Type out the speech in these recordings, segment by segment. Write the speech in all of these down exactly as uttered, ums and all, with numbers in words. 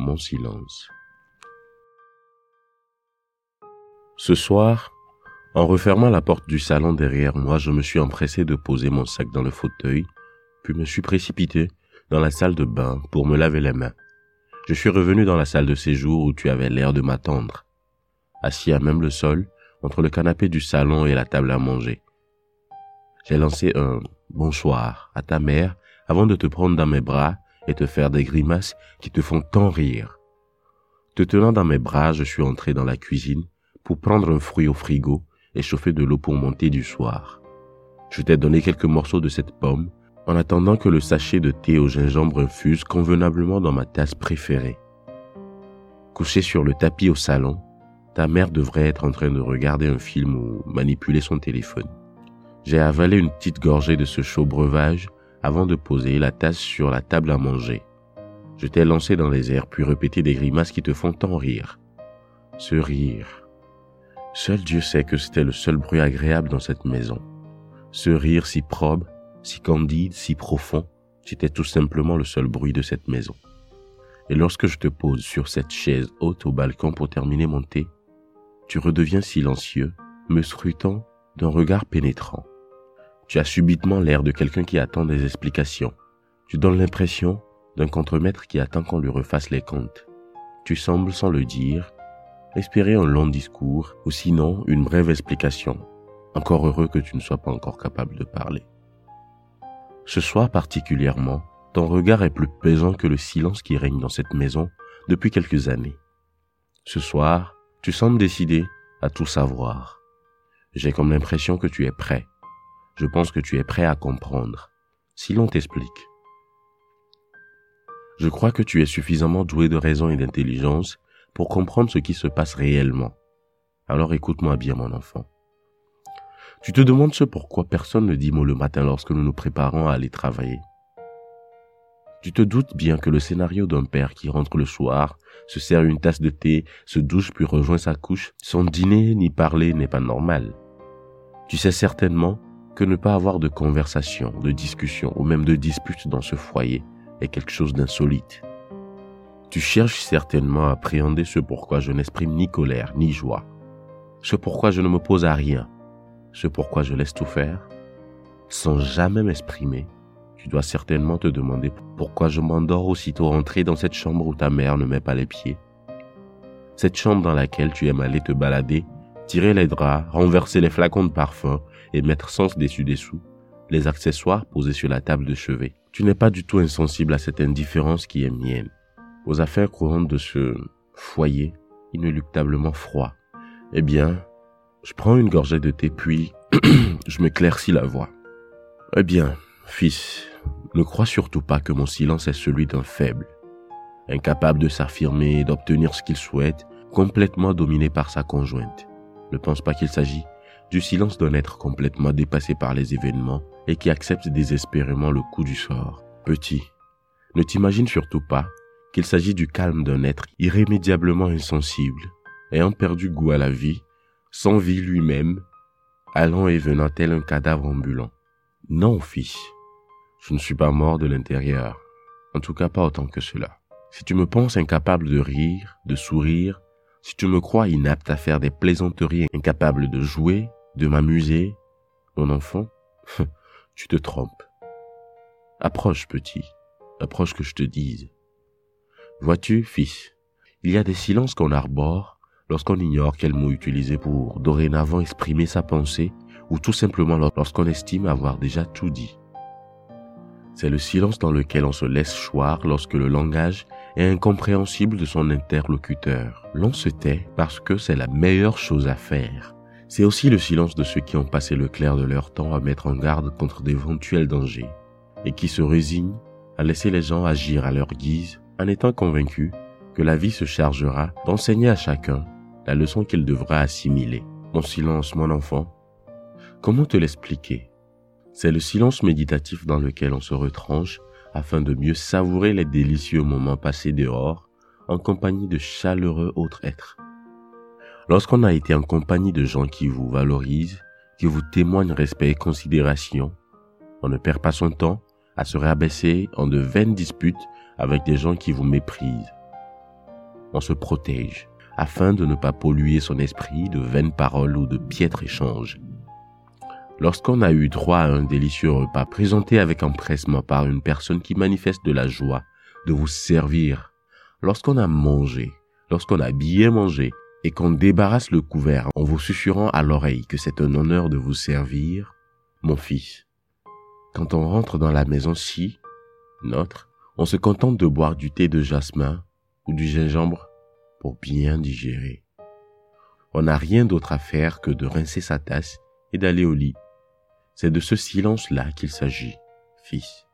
mon silence. Ce soir, en refermant la porte du salon derrière moi, je me suis empressé de poser mon sac dans le fauteuil, puis me suis précipité dans la salle de bain pour me laver les mains. Je suis revenu dans la salle de séjour où tu avais l'air de m'attendre, assis à même le sol, entre le canapé du salon et la table à manger. J'ai lancé un « bonsoir » à ta mère avant de te prendre dans mes bras et te faire des grimaces qui te font tant rire. Te tenant dans mes bras, je suis entré dans la cuisine pour prendre un fruit au frigo et chauffer de l'eau pour mon thé du soir. Je t'ai donné quelques morceaux de cette pomme en attendant que le sachet de thé au gingembre infuse convenablement dans ma tasse préférée. Couchée sur le tapis au salon, ta mère devrait être en train de regarder un film ou manipuler son téléphone. J'ai avalé une petite gorgée de ce chaud breuvage avant de poser la tasse sur la table à manger. Je t'ai lancé dans les airs puis répété des grimaces qui te font tant rire. Ce rire. Seul Dieu sait que c'était le seul bruit agréable dans cette maison. Ce rire si probe, si candide, si profond, c'était tout simplement le seul bruit de cette maison. Et lorsque je te pose sur cette chaise haute au balcon pour terminer mon thé, tu redeviens silencieux, me scrutant d'un regard pénétrant. Tu as subitement l'air de quelqu'un qui attend des explications. Tu donnes l'impression d'un contremaître qui attend qu'on lui refasse les comptes. Tu sembles, sans le dire, espérer un long discours ou sinon une brève explication. Encore heureux que tu ne sois pas encore capable de parler. Ce soir particulièrement, ton regard est plus pesant que le silence qui règne dans cette maison depuis quelques années. Ce soir, tu sembles décidé à tout savoir. J'ai comme l'impression que tu es prêt. Je pense que tu es prêt à comprendre, si l'on t'explique. Je crois que tu es suffisamment doué de raison et d'intelligence pour comprendre ce qui se passe réellement. Alors écoute-moi bien, mon enfant. Tu te demandes ce pourquoi personne ne dit mot le matin lorsque nous nous préparons à aller travailler. Tu te doutes bien que le scénario d'un père qui rentre le soir, se sert une tasse de thé, se douche puis rejoint sa couche, sans dîner ni parler n'est pas normal. Tu sais certainement que ne pas avoir de conversation, de discussion ou même de dispute dans ce foyer est quelque chose d'insolite. Tu cherches certainement à appréhender ce pourquoi je n'exprime ni colère ni joie, ce pourquoi je ne m'oppose à rien, ce pourquoi je laisse tout faire. Sans jamais m'exprimer, tu dois certainement te demander pourquoi je m'endors aussitôt rentré dans cette chambre où ta mère ne met pas les pieds. Cette chambre dans laquelle tu aimes aller te balader, tirer les draps, renverser les flacons de parfum et mettre sens dessus-dessous les accessoires posés sur la table de chevet. Tu n'es pas du tout insensible à cette indifférence qui est mienne, aux affaires courantes de ce foyer inéluctablement froid. Eh bien, je prends une gorgée de thé puis je m'éclaircis la voix. Eh bien, fils, ne crois surtout pas que mon silence est celui d'un faible, incapable de s'affirmer et d'obtenir ce qu'il souhaite, complètement dominé par sa conjointe. Ne pense pas qu'il s'agit du silence d'un être complètement dépassé par les événements et qui accepte désespérément le coup du sort. Petit, ne t'imagine surtout pas qu'il s'agit du calme d'un être irrémédiablement insensible, ayant perdu goût à la vie, sans vie lui-même, allant et venant tel un cadavre ambulant. Non, fils, je ne suis pas mort de l'intérieur, en tout cas pas autant que cela. Si tu me penses incapable de rire, de sourire, si tu me crois inapte à faire des plaisanteries, incapable de jouer, de m'amuser, mon enfant, tu te trompes. Approche, petit, approche que je te dise. Vois-tu, fils, il y a des silences qu'on arbore lorsqu'on ignore quel mot utiliser pour dorénavant exprimer sa pensée ou tout simplement lorsqu'on estime avoir déjà tout dit. C'est le silence dans lequel on se laisse choir lorsque le langage est incompréhensible de son interlocuteur. L'on se tait parce que c'est la meilleure chose à faire. C'est aussi le silence de ceux qui ont passé le clair de leur temps à mettre en garde contre d'éventuels dangers et qui se résignent à laisser les gens agir à leur guise en étant convaincus que la vie se chargera d'enseigner à chacun la leçon qu'il devra assimiler. Mon silence, mon enfant, comment te l'expliquer? C'est le silence méditatif dans lequel on se retranche afin de mieux savourer les délicieux moments passés dehors en compagnie de chaleureux autres êtres. Lorsqu'on a été en compagnie de gens qui vous valorisent, qui vous témoignent respect et considération, on ne perd pas son temps à se rabaisser en de vaines disputes avec des gens qui vous méprisent. on se protège, afin de ne pas polluer son esprit de vaines paroles ou de piètres échanges. Lorsqu'on a eu droit à un délicieux repas présenté avec empressement par une personne qui manifeste de la joie de vous servir, lorsqu'on a mangé, lorsqu'on a bien mangé, et qu'on débarrasse le couvert en vous susurrant à l'oreille que c'est un honneur de vous servir, mon fils, quand on rentre dans la maison ci, notre, on se contente de boire du thé de jasmin ou du gingembre pour bien digérer. On n'a rien d'autre à faire que de rincer sa tasse et d'aller au lit. C'est de ce silence-là qu'il s'agit, fils.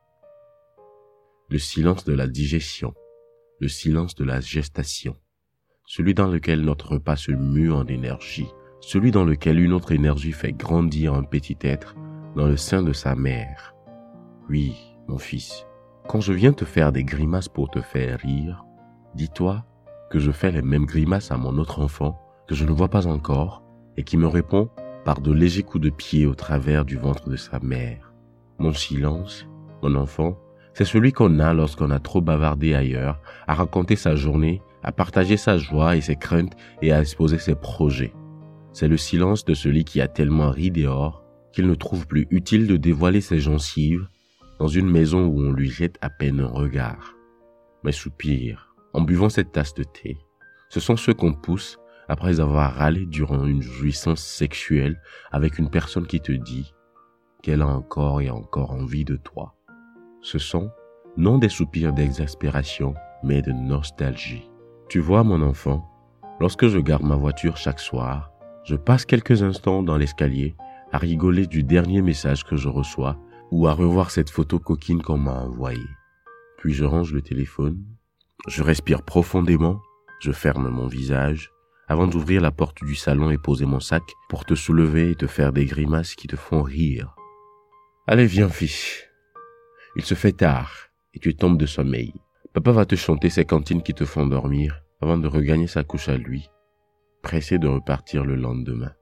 Le silence de la digestion, le silence de la gestation, celui dans lequel notre repas se mue en énergie, celui dans lequel une autre énergie fait grandir un petit être dans le sein de sa mère. Oui, mon fils, quand je viens te faire des grimaces pour te faire rire, dis-toi que je fais les mêmes grimaces à mon autre enfant que je ne vois pas encore et qui me répond par de légers coups de pied au travers du ventre de sa mère. Mon silence, mon enfant, c'est celui qu'on a lorsqu'on a trop bavardé ailleurs, à raconter sa journée, à partager sa joie et ses craintes et à exposer ses projets. C'est le silence de celui qui a tellement ri dehors qu'il ne trouve plus utile de dévoiler ses gencives dans une maison où on lui jette à peine un regard. Mes soupirs, en buvant cette tasse de thé, ce sont ceux qu'on pousse après avoir râlé durant une jouissance sexuelle avec une personne qui te dit qu'elle a encore et encore envie de toi. Ce sont non des soupirs d'exaspération, mais de nostalgie. Tu vois, mon enfant, lorsque je garde ma voiture chaque soir, je passe quelques instants dans l'escalier à rigoler du dernier message que je reçois ou à revoir cette photo coquine qu'on m'a envoyée. Puis je range le téléphone, je respire profondément, je ferme mon visage avant d'ouvrir la porte du salon et poser mon sac pour te soulever et te faire des grimaces qui te font rire. Allez, viens, fils. Il se fait tard et tu tombes de sommeil. Papa va te chanter ces cantines qui te font dormir avant de regagner sa couche à lui, pressé de repartir le lendemain.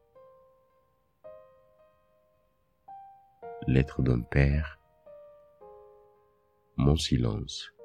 Lettre d'un père. Mon silence.